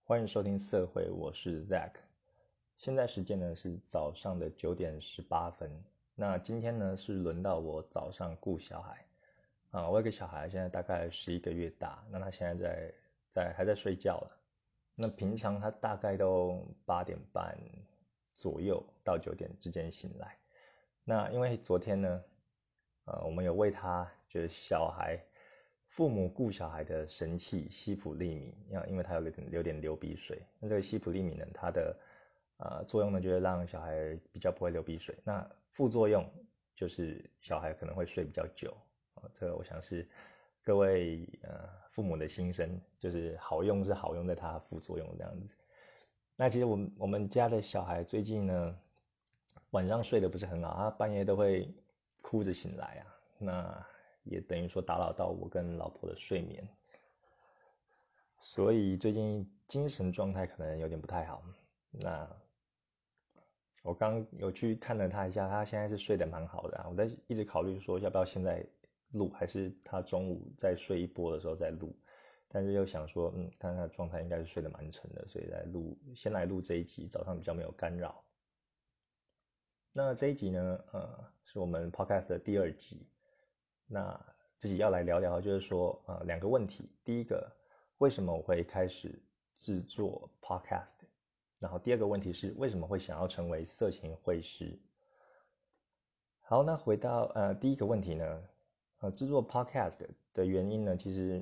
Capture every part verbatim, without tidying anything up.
欢迎收听社会，我是 Zack。现在时间呢是早上的九点十八分。那今天呢是轮到我早上顾小孩啊，我有个小孩，现在大概十一个月大，那他现在在在还在睡觉了。那平常他大概都八点半左右到九点之间醒来。那因为昨天呢，呃，我们有为他就是小孩。父母顾小孩的神器西普利敏，因为它有点有点流鼻水。那这个西普利敏呢，它的呃作用呢，就是让小孩比较不会流鼻水。那副作用就是小孩可能会睡比较久啊、哦。这个我想是各位呃父母的心声，就是好用是好用在它副作用这样子。那其实我们我们家的小孩最近呢，晚上睡得不是很好，他半夜都会哭着醒来啊。那也等于说打扰到我跟老婆的睡眠，所以最近精神状态可能有点不太好。那我刚有去看了他一下，他现在是睡得蛮好的啊。我在一直考虑说要不要现在录，还是他中午再睡一波的时候再录。但是又想说，嗯，看他的状态应该是睡得蛮沉的，所以来录，先来录这一集，早上比较没有干扰。那这一集呢，呃，是我们 podcast 的第二集。那自己要来聊聊，就是说，呃，两个问题。第一个，为什么我会开始制作 podcast？然后第二个问题是，为什么会想要成为色情绘师？好，那回到呃第一个问题呢，呃，制作 podcast 的原因呢，其实，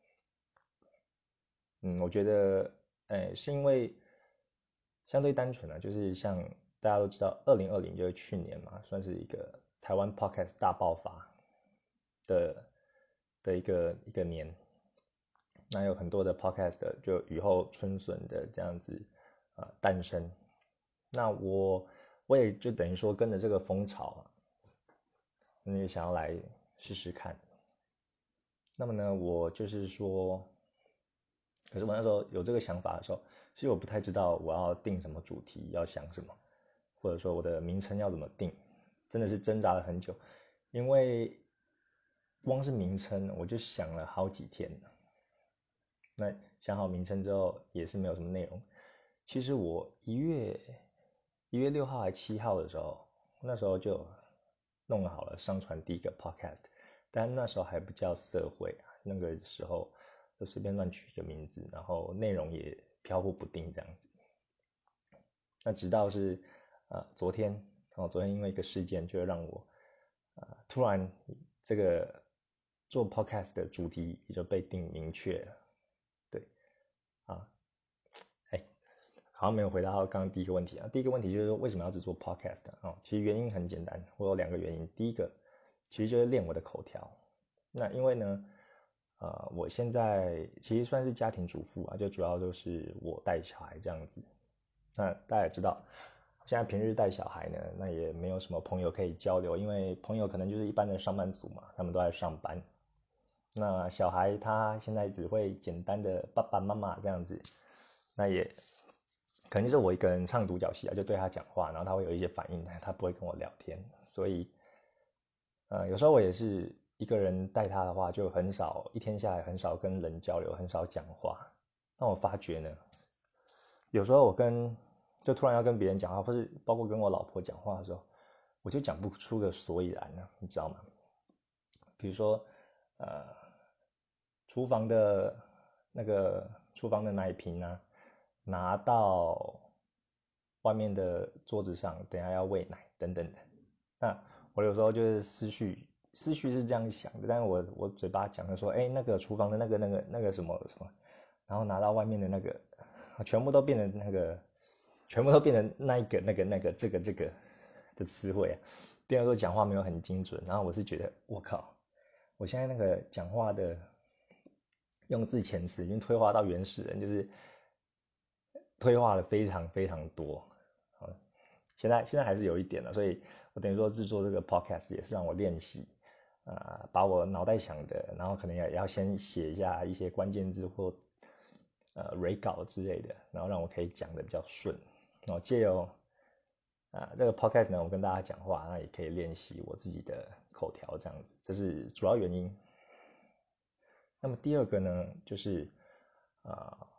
嗯，我觉得，哎，是因为相对单纯啊，就是像大家都知道，二零二零就是去年嘛，算是一个台湾 podcast 大爆发的的一个一个年。那有很多的 podcast 就雨后春笋的这样子呃诞生。那我我也就等于说跟着这个风潮啊，那也想要来试试看。那么呢，我就是说，可是我那时候有这个想法的时候，其实我不太知道我要定什么主题，要想什么，或者说我的名称要怎么定，真的是挣扎了很久，因为光是名称我就想了好几天。那想好名称之后，也是没有什么内容。其实我一月一月六号还七号的时候，那时候就弄好了上传第一个 podcast，但那时候还不叫社会啊，那个时候就随便乱取一个名字，然后内容也飘忽不定这样子。那直到是呃昨天哦，昨天因为一个事件，就让我呃突然这个做 podcast 的主题也就被定明确了。对啊，哎，好像没有回答到刚刚第一个问题啊。第一个问题就是为什么要只做 podcast 哦？其实原因很简单，我有两个原因。第一个其实就是练我的口条。那因为呢，呃，我现在其实算是家庭主妇啊，就主要就是我带小孩这样子。那大家也知道，现在平日带小孩呢，那也没有什么朋友可以交流，因为朋友可能就是一般的上班族嘛，他们都在上班。那小孩他现在只会简单的爸爸妈妈这样子，那也可能就是我一个人唱独角戏啊，就对他讲话，然后他会有一些反应，但他不会跟我聊天，所以呃有时候我也是一个人带他的话，就很少一天下来很少跟人交流，很少讲话。那我发觉呢，有时候我跟就突然要跟别人讲话，或是包括跟我老婆讲话的时候，我就讲不出个所以然呢，你知道吗？比如说，呃，厨房的那个厨房的奶瓶啊，拿到外面的桌子上，等下要喂奶等等的。那我有时候就是思绪，思绪是这样想的，但是我我嘴巴讲的说，哎，那个厨房的那个那个那个什么什么，然后拿到外面的那个，全部都变成那个，全部都变成那一个那个那个这个这个的词汇啊。变成说讲话没有很精准，然后我是觉得，我靠，我现在那个讲话的用字遣词已经退化到原始人，就是退化了非常非常多。好，现在现在还是有一点了，所以我等于说制作这个 podcast 也是让我练习，呃，把我脑袋想的，然后可能也要先写一下一些关键字或呃 re 稿之类的，然后让我可以讲的比较顺。然后借由啊，这个 podcast 呢，我跟大家讲话，那也可以练习我自己的口条，这样子，这是主要原因。那么第二个呢，就是啊、呃，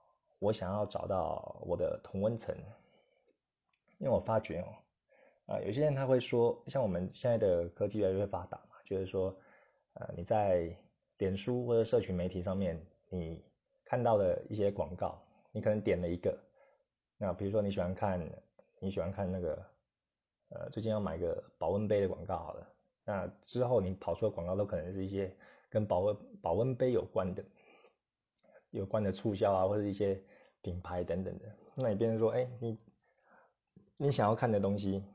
我想要找到我的同温层，因为我发觉哦，啊、呃，有些人他会说，像我们现在的科技越来越发达嘛，就是说，呃，你在脸书或者社群媒体上面，你看到的一些广告，你可能点了一个，那比如说你喜欢看，你喜欢看那个，呃，最近要买个保温杯的广告好了，那之后你跑出的广告都可能是一些跟保温保温杯有关的。有关的促销啊，或者一些品牌等等的，那你变成说，哎，你你想要看的东西，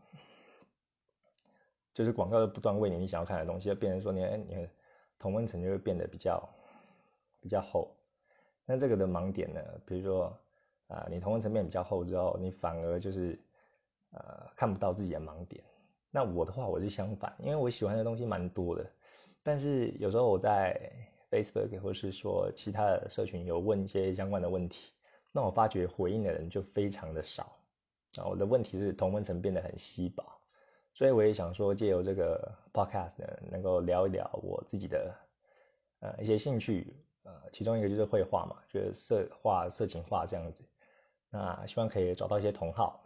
就是广告不断喂你你想要看的东西，就变成说你你的同温层就会变得比较比较厚。那这个的盲点呢，比如说啊、呃，你同温层变比较厚之后，你反而就是呃看不到自己的盲点。那我的话，我是相反，因为我喜欢的东西蛮多的，但是有时候我在 Facebook 或是说其他的社群有问一些相关的问题，那我发觉回应的人就非常的少。啊，我的问题是同温层变得很稀薄，所以我也想说借由这个 podcast 呢，能够聊一聊我自己的呃一些兴趣，呃，其中一个就是绘画嘛，就是色画、色情画这样子。那希望可以找到一些同好。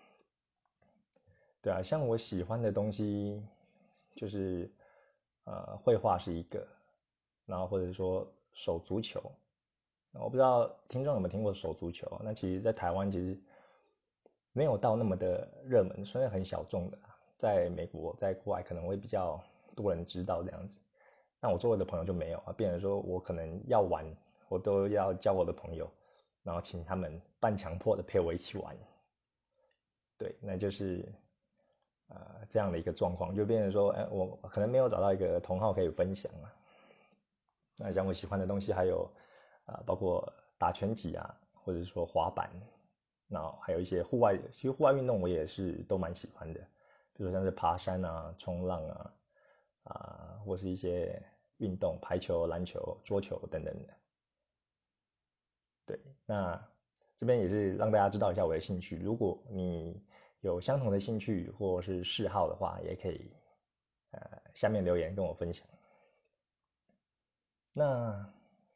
对啊，像我喜欢的东西，就是呃绘画是一个，然后或者说手足球，我不知道听众有没有听过手足球。那其实，在台湾其实没有到那么的热门，虽然很小众的，在美国，在国外可能会比较多人知道这样子。那我周围的朋友就没有啊，变成说我可能要玩，我都要教我的朋友，然后请他们半强迫的陪我一起玩。对，那就是呃这样的一个状况，就变成说，哎，我可能没有找到一个同好可以分享啊。那像我喜欢的东西还有啊、呃，包括打拳击啊，或者说滑板，然后还有一些户外，其实户外运动我也是都蛮喜欢的，比如像是爬山啊、冲浪啊，啊、呃，或是一些运动，排球、篮球、桌球等等的。对，那这边也是让大家知道一下我的兴趣。如果你有相同的兴趣或是嗜好的话，也可以呃下面留言跟我分享。那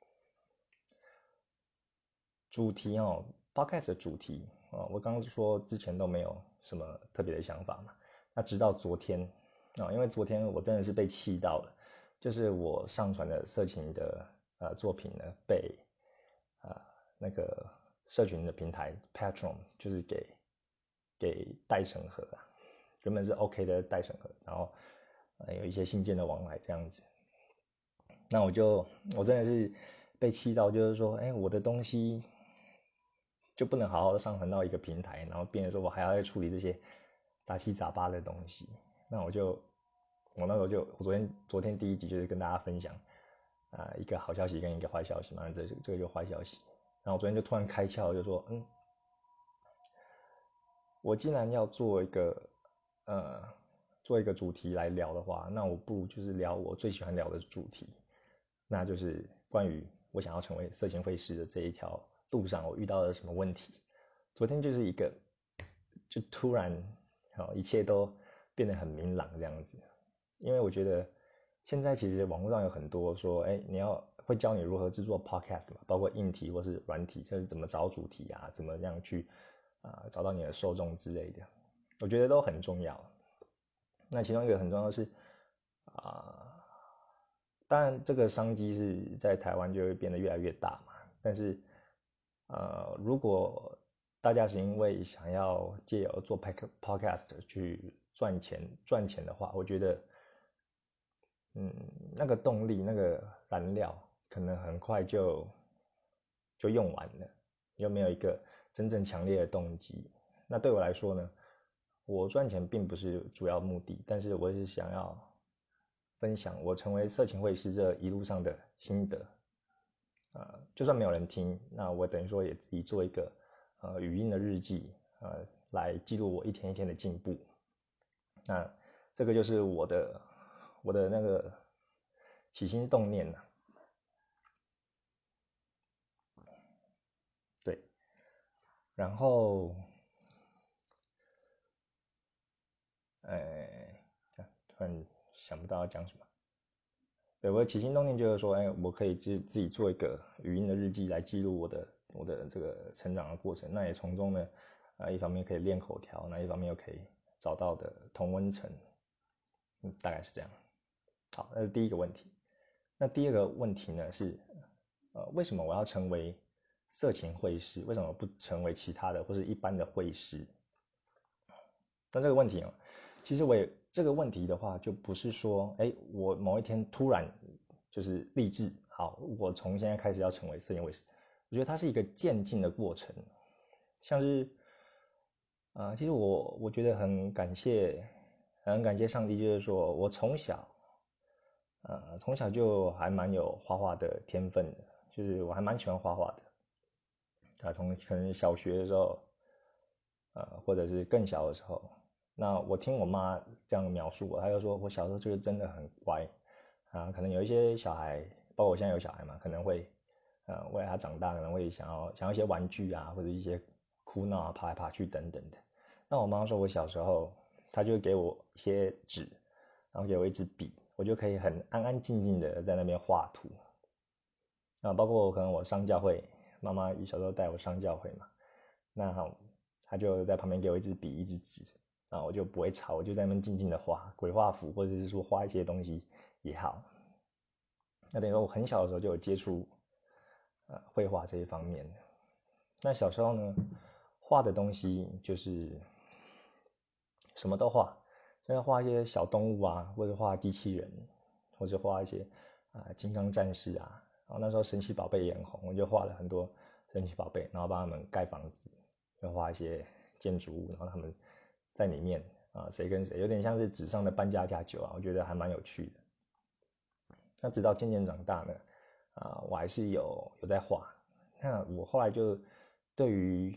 主题哦，podcast 的主题啊、哦，我刚刚说之前都没有什么特别的想法嘛。那直到昨天啊、哦，因为昨天我真的是被气到了，就是我上传的色情的呃作品呢，被呃那个社群的平台 Patreon 就是给给代审核啊，原本是 OK 的代审核，然后、呃、有一些信件的往来这样子。那我就我真的是被气到，就是说，哎，我的东西就不能好好的上传到一个平台，然后变成说我还要再处理这些杂七杂八的东西。那我就我那时候就我昨天昨天第一集就是跟大家分享啊、呃、一个好消息跟一个坏消息嘛，这这个就坏消息。然后我昨天就突然开窍，就说，嗯，我既然要做一个呃做一个主题来聊的话，那我不如就是聊我最喜欢聊的主题，那就是关于我想要成为色情会师的这一条路上我遇到了什么问题。昨天就是一个就突然哦一切都变得很明朗这样子，因为我觉得现在其实网络上有很多说，哎，你要会教你如何制作 podcast 嘛，包括硬体或是软体，就是怎么找主题啊，怎么样去啊、呃、找到你的受众之类的，我觉得都很重要。那其中一个很重要的是啊、呃，当然这个商机是在台湾就会变得越来越大嘛，但是呃，如果大家是因为想要借由做 podcast 去赚钱赚钱的话，我觉得，嗯，那个动力、那个燃料可能很快就就用完了，又没有一个真正强烈的动机。那对我来说呢，我赚钱并不是主要目的，但是我是想要分享我成为色情会师这一路上的心得。呃，就算没有人听，那我等于说也自己做一个呃语音的日记，呃，来记录我一天一天的进步。那这个就是我的我的那个起心动念呐、啊。对，然后，哎，突然想不到要讲什么。对，我的起心动念就是说，哎，我可以自自己做一个语音的日记来记录我的我的这个成长的过程。那也从中呢，啊，一方面可以练口条，那一方面又可以找到的同温层，嗯，大概是这样。好，那是第一个问题。那第二个问题呢是，呃，为什么我要成为色情绘师？为什么不成为其他的或是一般的绘师？那这个问题哦，其实我也这个问题的话，就不是说，哎，我某一天突然就是立志，好，我从现在开始要成为色情绘师。我觉得它是一个渐进的过程，像是，啊、呃，其实我我觉得很感谢，很感谢上帝，就是说我从小，呃，从小就还蛮有画画的天分的，就是我还蛮喜欢画画的。啊，从可能小学的时候，呃，或者是更小的时候，那我听我妈这样描述我，她就说我小时候就是真的很乖啊，可能有一些小孩，包括我现在有小孩嘛，可能会，呃，未来他长大可能会想要想要一些玩具啊，或者一些哭闹啊，爬来爬去等等的。那我妈说我小时候，她就给我一些纸，然后给我一支笔，我就可以很安安静静的在那边画图。啊，包括可能我上教会，妈妈小时候带我上教会嘛，那她就在旁边给我一支笔一支纸，然后我就不会吵，我就在那边静静的画鬼画符，或者是说画一些东西也好。那等于说我很小的时候就有接触呃绘画这一方面。那小时候呢，画的东西就是什么都画，现在画一些小动物啊，或者画机器人，或者画一些啊、呃、金刚战士啊。然后那时候神奇宝贝也很红，我就画了很多神奇宝贝，然后帮他们盖房子，就画一些建筑物，然后他们在里面啊，谁跟谁，有点像是纸上的搬家家酒啊，我觉得还蛮有趣的。那直到渐渐长大呢，啊，我还是有有在画。那我后来就对于，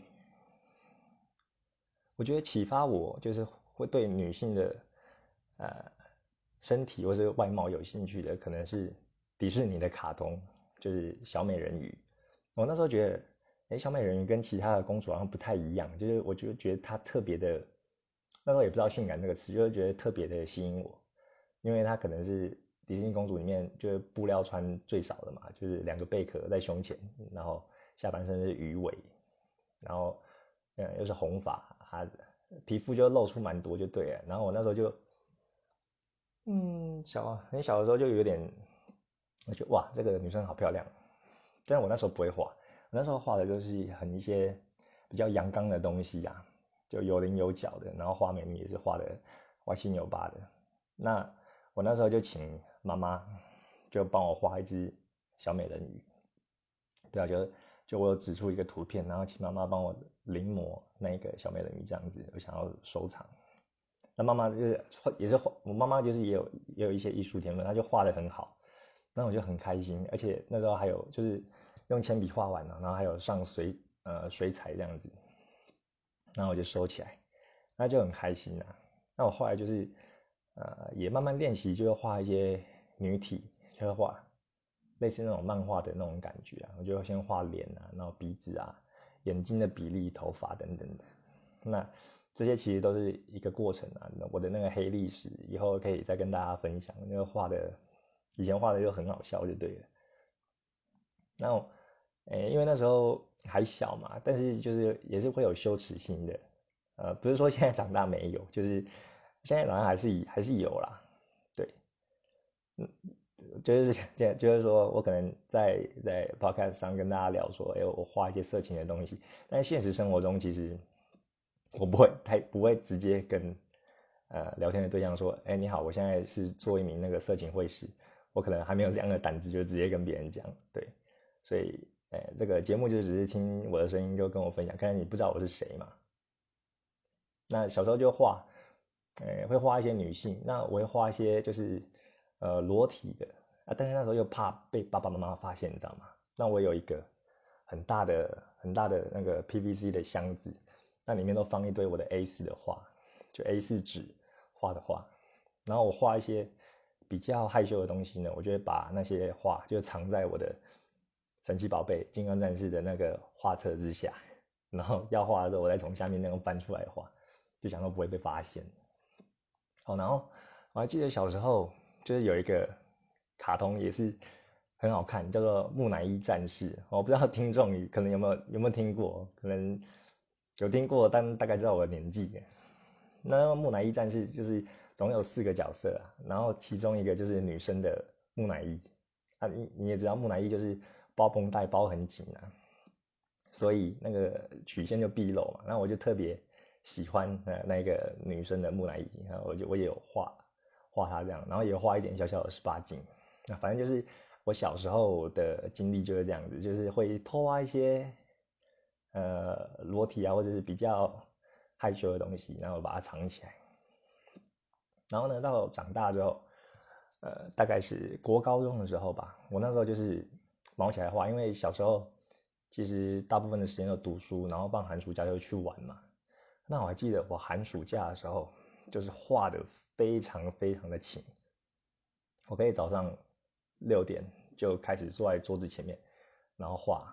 我觉得启发我就是会对女性的呃身体或是外貌有兴趣的，可能是迪士尼的卡通，就是小美人鱼。我那时候觉得，哎，小美人鱼跟其他的公主好像不太一样，就是我就觉得她特别的，那时候也不知道性感这个词，就是觉得特别的吸引我，因为她可能是迪士尼公主里面就是布料穿最少的嘛，就是两个贝壳在胸前，然后下半身是鱼尾，然后嗯又是红发，她皮肤就露出蛮多就对了。然后我那时候就嗯小很小的时候就有点，我觉得哇这个女生好漂亮，但是我那时候不会画，我那时候画的就是很一些比较阳刚的东西啊，就有棱有角的，然后画面也是画的歪七扭八的。那我那时候就请妈妈就帮我画一只小美人鱼，对啊，就就我有指出一个图片，然后请妈妈帮我临摹那个小美人鱼这样子，我想要收藏。那妈妈就是也是画，我妈妈就是也有也有一些艺术天分，她就画的很好，那我就很开心，而且那时候还有就是用铅笔画完了，然后还有上水呃水彩这样子，然后我就收起来，那就很开心啊。那我后来就是呃也慢慢练习，就是画一些女体，就是画类似那种漫画的那种感觉啊。我就先画脸啊，然后鼻子啊、眼睛的比例、头发等等的。那这些其实都是一个过程啊。我的那个黑历史以后可以再跟大家分享。那个画的以前画的就很好笑就对了。那我，诶，因为那时候还小嘛，但是就是也是会有羞耻心的，呃，不是说现在长大没有，就是现在好像还是还是有啦，对，嗯，就是这就是说我可能在在 podcast 上跟大家聊说，哎，我画一些色情的东西，但是现实生活中其实我不会太不会直接跟呃聊天的对象说，哎，你好，我现在是做一名那个色情绘师，我可能还没有这样的胆子，就直接跟别人讲，对。所以，哎，这个节目就只是听我的声音，就跟我分享，看看你不知道我是谁嘛。那小时候就画，哎，会画一些女性，那我会画一些就是呃裸体的啊，但是那时候又怕被爸爸妈妈发现，你知道吗？那我有一个很大的很大的那个 P V C 的箱子，那里面都放一堆我的 A 四 的画，就 A 四 纸画的画，然后我画一些比较害羞的东西呢，我就会把那些画就藏在我的神奇宝贝金刚战士的那个画册之下，然后要画的时候，我再从下面那样翻出来画，就想说不会被发现。好，然后我还记得小时候就是有一个卡通也是很好看，叫做木乃伊战士。我不知道听众可能有没有有没有听过，可能有听过，但大概知道我的年纪。那木乃伊战士就是总有四个角色啊，然后其中一个就是女生的木乃伊啊，你你也知道木乃伊就是包绷带包很紧啊，所以那个曲线就毕露嘛。然后我就特别喜欢呃那个女生的木乃伊，然后我就我也有画画她这样，然后也画一点小小的十八禁。那反正就是我小时候的经历就是这样子，就是会偷挖一些呃裸体啊或者是比较害羞的东西，然后把它藏起来。然后呢，到长大之后，呃，大概是国高中的时候吧，我那时候就是毛起来画，因为小时候其实大部分的时间都读书，然后放寒暑假就去玩嘛。那我还记得我寒暑假的时候，就是画的非常非常的勤，我可以早上六点就开始坐在桌子前面，然后画，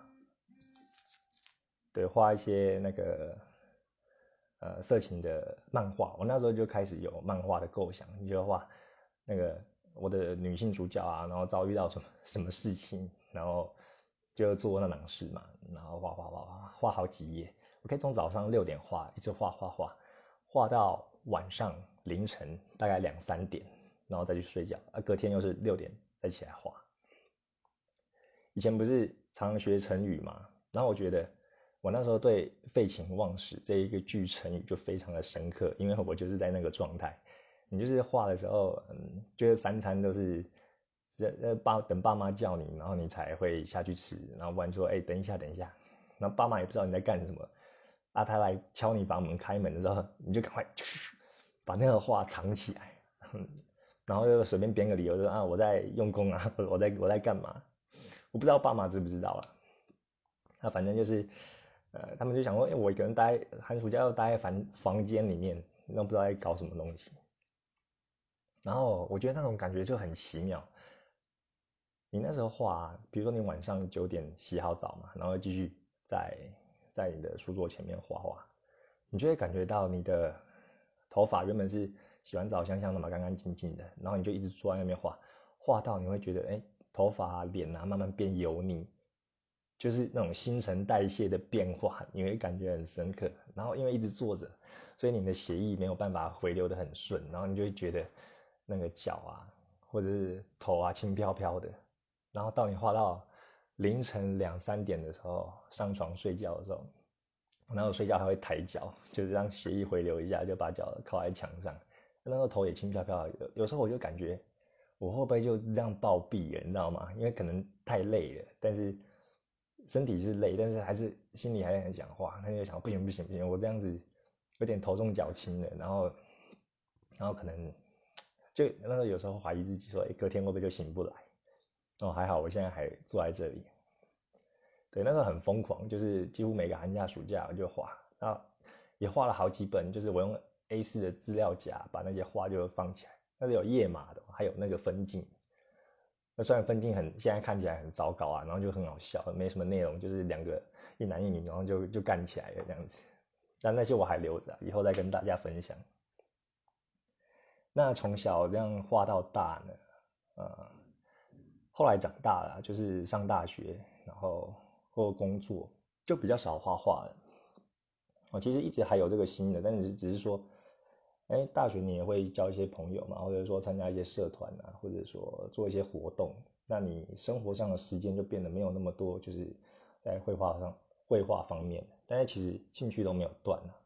对，画一些那个呃色情的漫画。我那时候就开始有漫画的构想，你就画那个我的女性主角啊，然后遭遇到什么什么事情，然后就做那档事嘛，然后画画画画画好几页。我可以从早上六点画，一直画画画，画到晚上凌晨大概两三点，然后再去睡觉。啊，隔天又是六点再起来画。以前不是常学成语嘛，然后我觉得我那时候对废寝忘食这一个句成语就非常的深刻，因为我就是在那个状态。你就是画的时候，嗯，就是三餐都是呃爸等爸妈叫你，然后你才会下去吃，然后不然说哎、欸、等一下等一下，然后爸妈也不知道你在干什么，啊他来敲你房门开门的时候，你就赶快把那个画藏起来，然后就随便编个理由说啊我在用功啊，我在我在干嘛。我不知道爸妈知不知道啊，那反正就是，呃，他们就想说，哎、欸，我一个人待寒暑假要待在房房间里面，那不知道在搞什么东西。然后我觉得那种感觉就很奇妙。你那时候画、啊，比如说你晚上九点洗好澡嘛，然后继续在在你的书桌前面画画，你就会感觉到你的头发原本是洗完澡香香的嘛，干干净净的，然后你就一直坐在那边画，画到你会觉得，哎、欸，头发啊、脸啊慢慢变油腻。就是那种新陈代谢的变化，你会感觉很深刻。然后因为一直坐着，所以你的血液没有办法回流的很顺，然后你就会觉得那个脚啊，或者是头啊轻飘飘的。然后到你画到凌晨两三点的时候上床睡觉的时候，然后睡觉还会抬脚，就是让血液回流一下，就把脚靠在墙上。那时候头也轻飘飘的，有有时候我就感觉我会不会就这样暴毙了，你知道吗？因为可能太累了，但是身体是累，但是还是心里还很想画，那就想不行不行不行，我这样子有点头重脚轻的，然后然后可能就那时候有时候怀疑自己说，哎，隔天会不会就醒不来？哦，还好我现在还坐在这里。对，那时候很疯狂，就是几乎每个寒假暑假我就画，那也画了好几本，就是我用 A 四 的资料夹把那些画就放起来，那是有页码的，还有那个分镜。那虽然分镜很现在看起来很糟糕啊，然后就很好笑，没什么内容，就是两个一男一女，然后就就干起来了这样子。但那些我还留着、啊，以后再跟大家分享。那从小这样画到大呢，呃，后来长大了，就是上大学，然后或工作，就比较少画画了。我其实一直还有这个心的，但是只是说，哎，大学你也会交一些朋友嘛，或者说参加一些社团啊，或者说做一些活动，那你生活上的时间就变得没有那么多，就是在绘画上绘画方面，但是其实兴趣都没有断啊。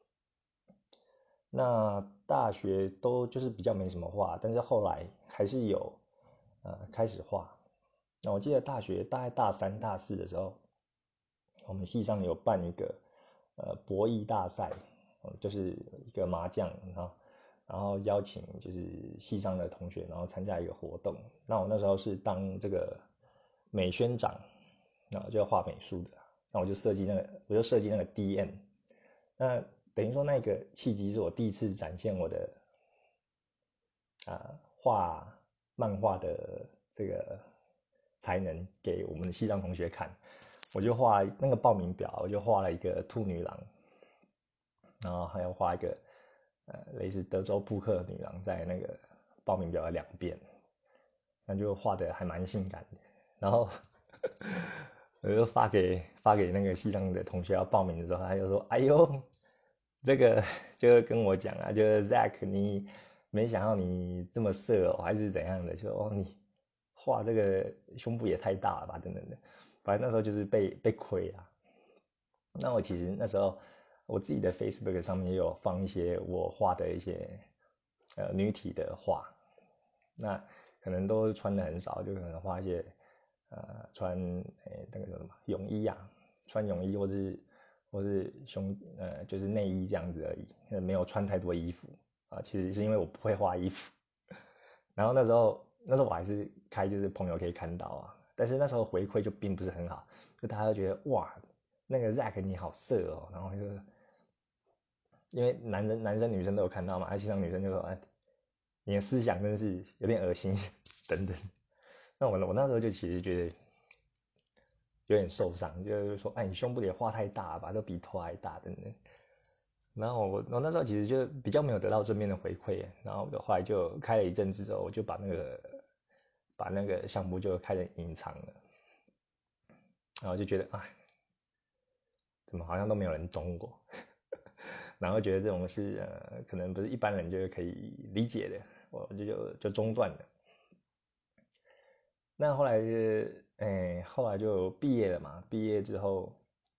那大学都就是比较没什么画，但是后来还是有呃开始画。那我记得大学大概大三大四的时候，我们系上有办一个呃博弈大赛，就是一个麻将，然后然后邀请就是系上的同学，然后参加一个活动。那我那时候是当这个美宣长，然后就要画美术的，那我就设计那个我就设计那个 D N。那等于说那个契机是我第一次展现我的啊画漫画的这个才能给我们的西藏同学看。我就画那个报名表，我就画了一个兔女郎，然后还要画一个呃类似德州扑克女郎在那个报名表的两边，那就画的还蛮性感的。 然后我就发给发给那个系上的同学要报名的时候，他就说：“哎呦，这个就跟我讲啊，就是 Zack， 你没想到你这么色哦，还是怎样的？就哦你画这个胸部也太大了吧，等等的。反正那时候就是被被亏啊。那我其实那时候我自己的 Facebook 上面也有放一些我画的一些呃女体的画，那可能都穿的很少，就可能画一些呃穿诶那个叫什么泳衣啊，穿泳衣或是或是胸呃就是内衣这样子而已，没有穿太多衣服啊。其实是因为我不会画衣服，然后那时候那时候我还是开就是朋友可以看到啊，但是那时候回馈就并不是很好，就大家都觉得哇那个 Zack 你好色哦，然后就因为男人男生女生都有看到嘛，而且像女生就说哎你的思想真是有点恶心等等。那我我那时候就其实觉得有点受伤，就是说哎你胸部也画太大了吧，都比头还大等等。然后我我那时候其实就比较没有得到正面的回馈，然后我后来就开了一阵子之后，我就把那个把那个项目就开始隐藏了，然后就觉得哎怎么好像都没有人懂我，然后觉得这种是呃可能不是一般人就可以理解的，我就就就中断了。那后来是哎后来就毕业了嘛，毕业之后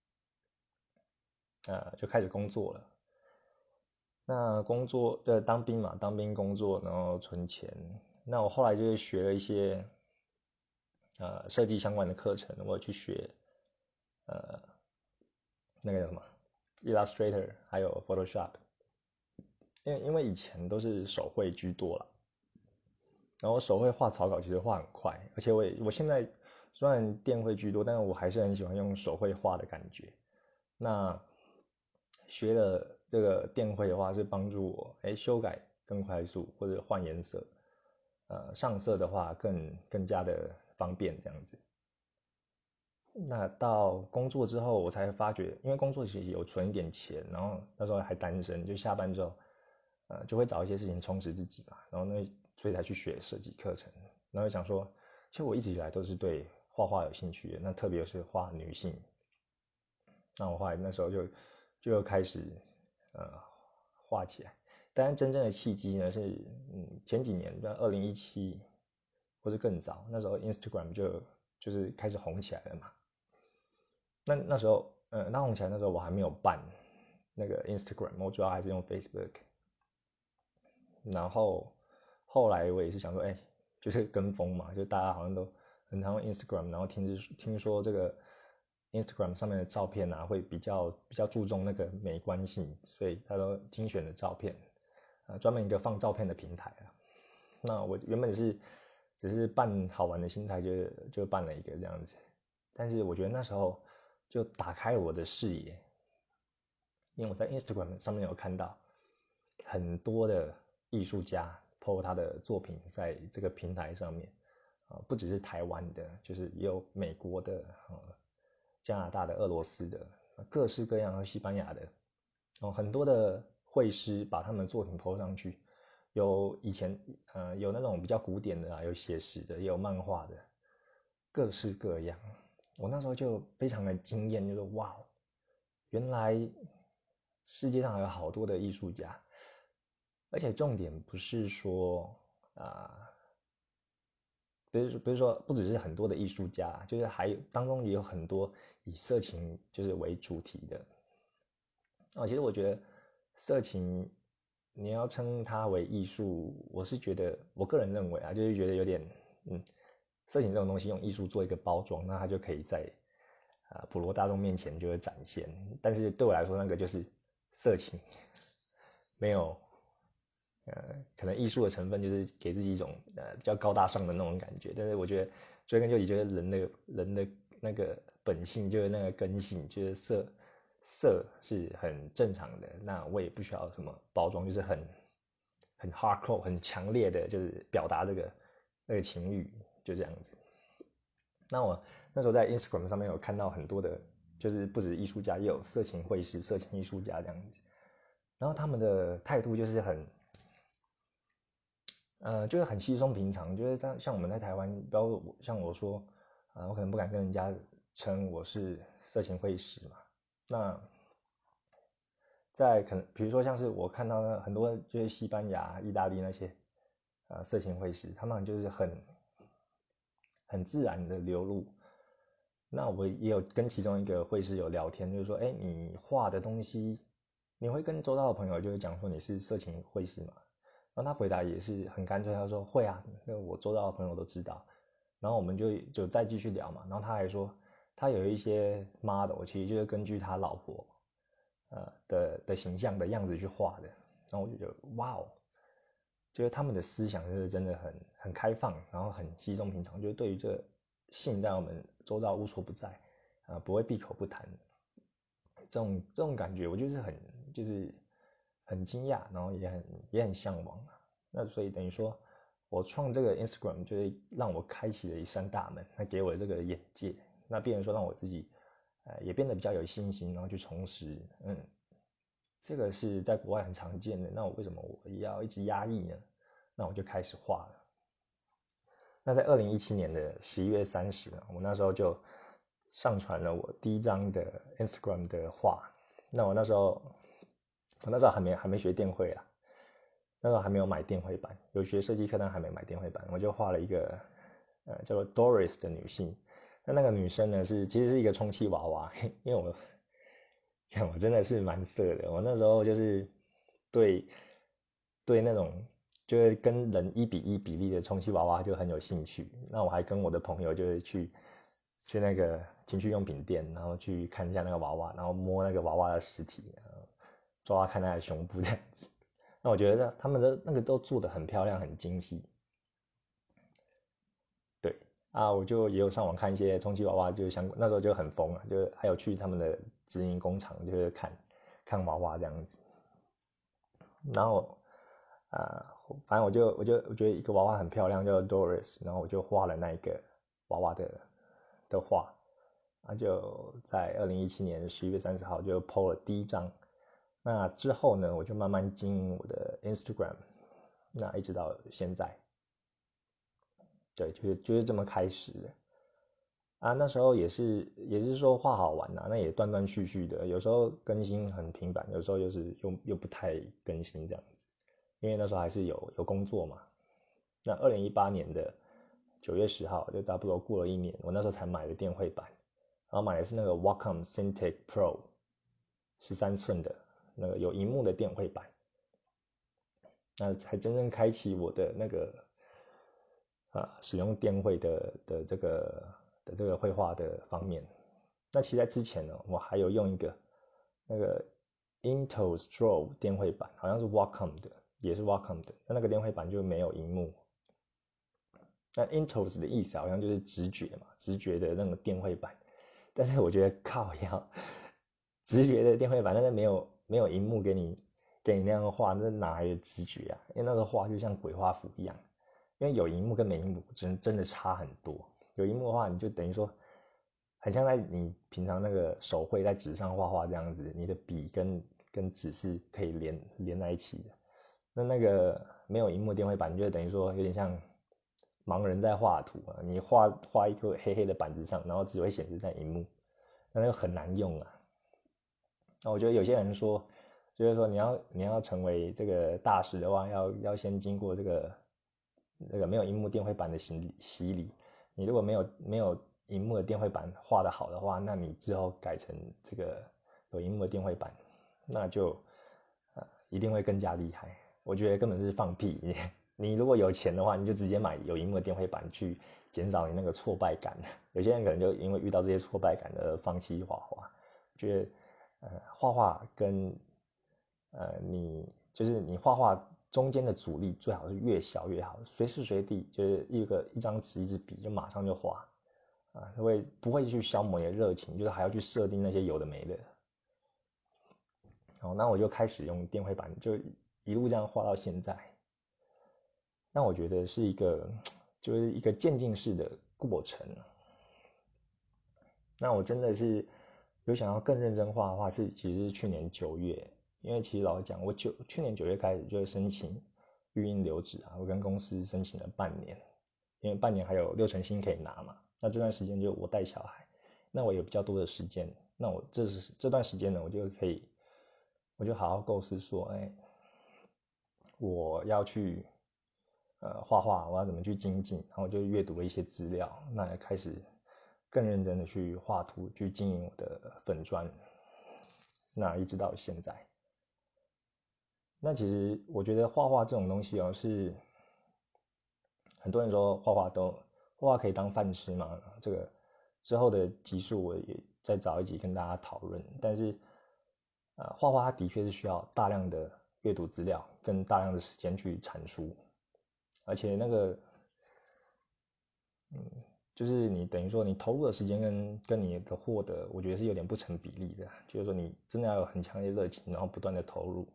呃就开始工作了。那工作呃当兵嘛，当兵工作，然后存钱。那我后来就是学了一些呃设计相关的课程，我去学呃那个叫什么 Illustrator，还有 Photoshop。因为因为以前都是手绘居多啦，然后手绘画草稿其实画很快，而且我也我现在虽然电绘居多，但是我还是很喜欢用手绘画的感觉。那学了这个电绘的话，是帮助我哎修改更快速，或者换颜色，呃上色的话更更加的方便这样子。那到工作之后，我才发觉，因为工作其实有存一点钱，然后那时候还单身，就下班之后，呃，就会找一些事情充实自己嘛，然后那所以才去学设计课程，然后想说，其实我一直以来都是对画画有兴趣的，那特别是画女性，那我后来那时候就就开始呃画起来，当然真正的契机呢是嗯前几年，在二零一七或是更早，那时候 Instagram 就就是开始红起来了嘛。那那时候，呃，那红起来那时候我还没有办那个 Instagram，我主要还是用 Facebook。然后后来我也是想说，哎，就是跟风嘛，就大家好像都很常用 Instagram，然后听听说这个 Instagram 上面的照片啊，会比较比较注重那个美观性，所以他都精选的照片，呃，专门一个放照片的平台啊。那我原本是只是办好玩的心态就，就就办了一个这样子，但是我觉得那时候就打开了我的视野，因为我在 Instagram 上面有看到很多的艺术家 po 他的作品在这个平台上面，啊，不只是台湾的，就是也有美国的、呃、加拿大的、俄罗斯的，各式各样的西班牙的，哦，很多的绘师把他们的作品 po 上去，有以前呃有那种比较古典的啊，有写实的，也有漫画的，各式各样。我那时候就非常的惊艳，就是哇，原来世界上还有好多的艺术家，而且重点不是说啊、呃，不是不是说不只是很多的艺术家，就是还有当中也有很多以色情就是为主题的。哦，其实我觉得色情你要称它为艺术，我是觉得我个人认为啊，就是觉得有点嗯，色情这种东西用艺术做一个包装，那它就可以在啊、呃、普罗大众面前就会展现。但是对我来说，那个就是色情，没有呃可能艺术的成分，就是给自己一种呃比较高大上的那种感觉。但是我觉得追根究底，觉得人的人的那个本性就是那个根性，就是色。色是很正常的，那我也不需要什么包装，就是很很 hardcore 很强烈的，就是表达这个那个情欲，就这样子。那我那时候在 Instagram 上面有看到很多的，就是不止艺术家，也有色情绘师、色情艺术家这样子。然后他们的态度就是很，呃，就是很稀松平常，就是像像我们在台湾，包括像我说， 啊，我可能不敢跟人家称我是色情会师嘛。那在可能比如说像是我看到那很多就是西班牙、意大利那些呃色情会师，他们就是很很自然的流露。那我也有跟其中一个会师有聊天，就是说，哎，你画的东西，你会跟周遭的朋友就是讲说你是色情会师吗？然后他回答也是很干脆，他说会啊，那我周遭的朋友都知道。然后我们就就再继续聊嘛，然后他还说他有一些 model 其实就是根据他老婆呃的的形象的样子去画的。然后我就觉得哇哦，就是他们的思想就是真的很很开放，然后很稀松平常，就是对于这性在我们周遭无所不在啊、呃，不会闭口不谈。这种这种感觉，我就是很就是很惊讶，然后也很也很向往啊。那所以等于说，我创这个 Instagram 就是让我开启了一扇大门，那给我这个眼界，那变成说让我自己呃也变得比较有信心，然后去重拾，嗯，这个是在国外很常见的。那我为什么我也要一直压抑呢？那我就开始画了。那在二零一七年的十一月三十，我那时候就上传了我第一张的 Instagram 的画。那我那时候，我那时候还没还没学电绘啊，那时候还没有买电绘板，有学设计课但还没买电绘板，我就画了一个呃叫做 Doris 的女性。那那个女生呢是其实是一个充气娃娃，因为我看我真的是蛮色的，我那时候就是对对那种就是跟人一比一比例的充气娃娃就很有兴趣。那我还跟我的朋友就是去去那个情趣用品店，然后去看一下那个娃娃，然后摸那个娃娃的实体，然后抓看它的胸部这样子。那我觉得他们的那个都做得很漂亮，很精细。对啊，我就也有上网看一些充气娃娃，就是相关，那时候就很疯啊，就是还有去他们的直营工厂，就是看看娃娃这样子。然后啊、呃，反正我就我就我觉得一个娃娃很漂亮，叫 Doris，然后我就画了那一个娃娃的的画，那就在二零一七年十一月三十号就 po 了第一张。那之后呢，我就慢慢经营我的 Instagram，那一直到现在，对，就是就是这么开始的。啊，那时候也是也是说画好玩啊，那也断断续续的，有时候更新很频繁，有时候又是又又不太更新这样子，因为那时候还是有有工作嘛。那二零一八年的九月十号，就差不多过了一年，我那时候才买了电绘板，然后买的是那个 Wacom Cintiq Pro 十三寸的那个有荧幕的电绘板，那才真正开启我的那个啊使用电绘的的这个的这个绘画的方面。那其实在之前呢，我还有用一个那个 Intel Strobe 电绘板，好像是 Wacom 的，也是 Wacom 的。那那个电绘板就没有荧幕。那 Intel 的意思好像就是直觉嘛，直觉的那个电绘板。但是我觉得靠腰，直觉的电绘板，但是没有没有荧幕给你给你那样画，那哪来的直觉啊？因为那个画就像鬼画符一样。因为有荧幕跟没荧幕真真的差很多。有荧幕的话，你就等于说，很像在你平常那个手绘在纸上画画这样子，你的笔跟跟纸是可以连连在一起的。那那个没有荧幕电绘板，就等于说有点像盲人在画图啊，你画画一个黑黑的板子上，然后只会显示在荧幕，那那个很难用啊。那我觉得有些人说，就是说你要你要成为这个大师的话，要要先经过这个这个没有荧幕电绘板的洗洗礼。你如果没有没有荧幕的电绘板画得好的话，那你之后改成这个有荧幕的电绘板，那就呃一定会更加厉害。我觉得根本是放屁。你你如果有钱的话，你就直接买有荧幕的电绘板去减少你那个挫败感。有些人可能就因为遇到这些挫败感而放弃画画。觉得呃画画跟呃你就是你画画中间的阻力最好是越小越好，随时随地就是一个一张纸一支笔就马上就画啊，会不会去消磨你的热情，就是还要去设定那些有的没的。好，那我就开始用电绘板，就一路这样画到现在。那我觉得是一个就是一个渐进式的过程。那我真的是有想要更认真画的话，是其实是去年九月，因为其实老实讲，我九去年九月开始就申请育婴留职啊，我跟公司申请了半年，因为半年还有六成薪可以拿嘛。 那这段时间就我带小孩，那我有比较多的时间，那我这是这段时间呢，我就可以，我就好好构思说，哎，我要去呃画画，我要怎么去精进，然后就阅读了一些资料，那也开始更认真的去画图，去经营我的粉专，那一直到现在。那其实我觉得画画这种东西哦，是很多人说画画都画画可以当饭吃嘛，这个之后的集数我也再找一集跟大家讨论。但是，呃，画画它的确是需要大量的阅读资料跟大量的时间去产出，而且那个，嗯，就是你等于说你投入的时间跟跟你的获得，我觉得是有点不成比例的。就是说你真的要有很强烈的热情，然后不断的投入，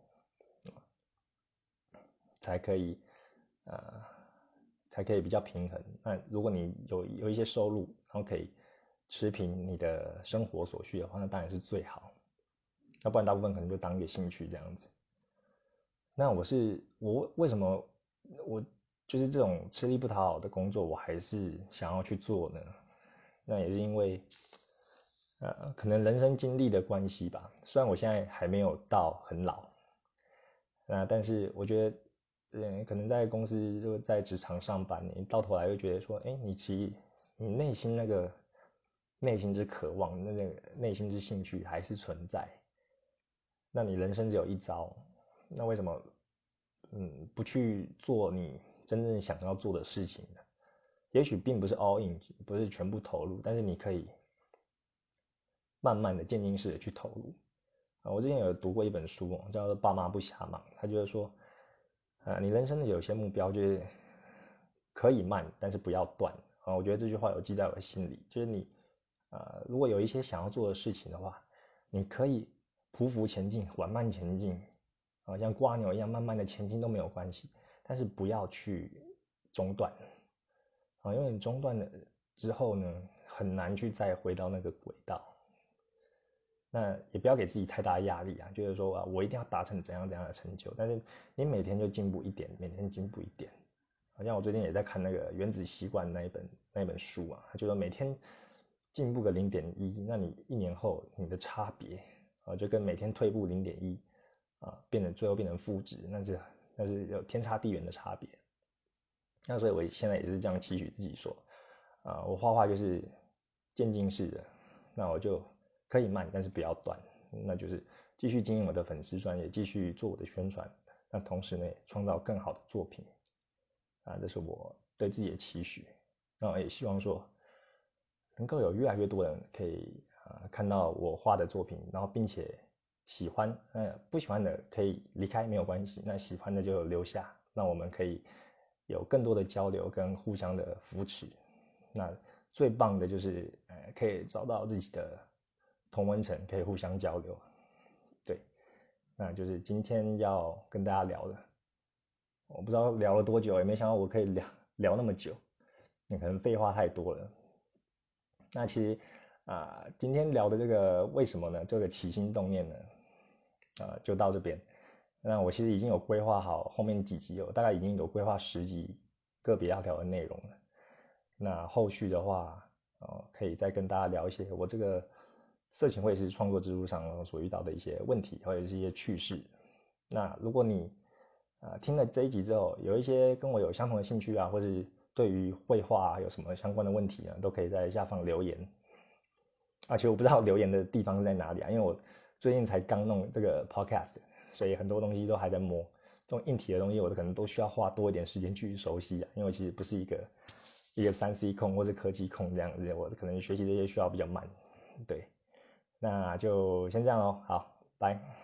才可以，呃，才可以比较平衡。那如果你有有一些收入，然后可以持平你的生活所需的话，那当然是最好。要不然大部分可能就当一个兴趣这样子。那我是我为什么我就是这种吃力不讨好的工作，我还是想要去做呢？那也是因为，呃，可能人生经历的关系吧。虽然我现在还没有到很老，那但是我觉得，嗯，可能在公司就在职场上班，你到头来又觉得说，哎，你其实你内心那个内心之渴望，那个内心之兴趣还是存在。那你人生只有一遭，那为什么，嗯，不去做你真正想要做的事情呢？也许并不是 all in，不是全部投入，但是你可以慢慢的渐进式的去投入。啊，我之前有读过一本书，叫做《爸妈不瞎忙》，他就是说，呃，你人生的有些目标就是可以慢，但是不要断。啊，我觉得这句话有记在我的心里，就是你，呃，如果有一些想要做的事情的话，你可以匍匐前进，缓慢前进，啊，像蜗牛一样慢慢的前进都没有关系，但是不要去中断，啊，因为你中断了之后呢，很难去再回到那个轨道。那也不要给自己太大的压力啊，就是说啊，我一定要达成怎样怎样的成就，但是你每天就进步一点，每天进步一点。好像我最近也在看那个《原子习惯》那一本那一本书啊，他就说每天进步个零点一，那你一年后你的差别啊，就跟每天退步零点一啊，变成最后变成负值，那是那是有天差地远的差别。那所以我现在也是这样期许自己说，啊，我画画就是渐进式的，那我就可以慢，但是不要断，那就是继续经营我的粉丝专页，继续做我的宣传，那同时呢，创造更好的作品，啊，这是我对自己的期许。那我也希望说，能够有越来越多人可以啊看到我画的作品，然后并且喜欢，呃，不喜欢的可以离开没有关系，那喜欢的就留下，那我们可以有更多的交流跟互相的扶持。那最棒的就是，呃，可以找到自己的同温层，可以互相交流。对，那就是今天要跟大家聊的。我不知道聊了多久，也没想到我可以聊聊那么久，你可能废话太多了。那其实啊、呃，今天聊的这个为什么呢？这个起心动念呢，啊、呃，就到这边。那我其实已经有规划好后面几集，我大概已经有规划十集个别要聊的内容了。那后续的话，呃，可以再跟大家聊一些我这个色情绘师创作之路上所遇到的一些问题，或者是一些趣事。那如果你呃听了这一集之后，有一些跟我有相同的兴趣啊，或是对于绘画、啊、有什么相关的问题啊，都可以在下方留言。而且我不知道留言的地方是在哪里啊，因为我最近才刚弄这个 podcast， 所以很多东西都还在摸。这种硬体的东西，我可能都需要花多一点时间去熟悉啊，因为我其实不是一个一个三 C 控或是科技控这样子，我可能学习这些需要比较慢。对，那就先这样咯，好，拜。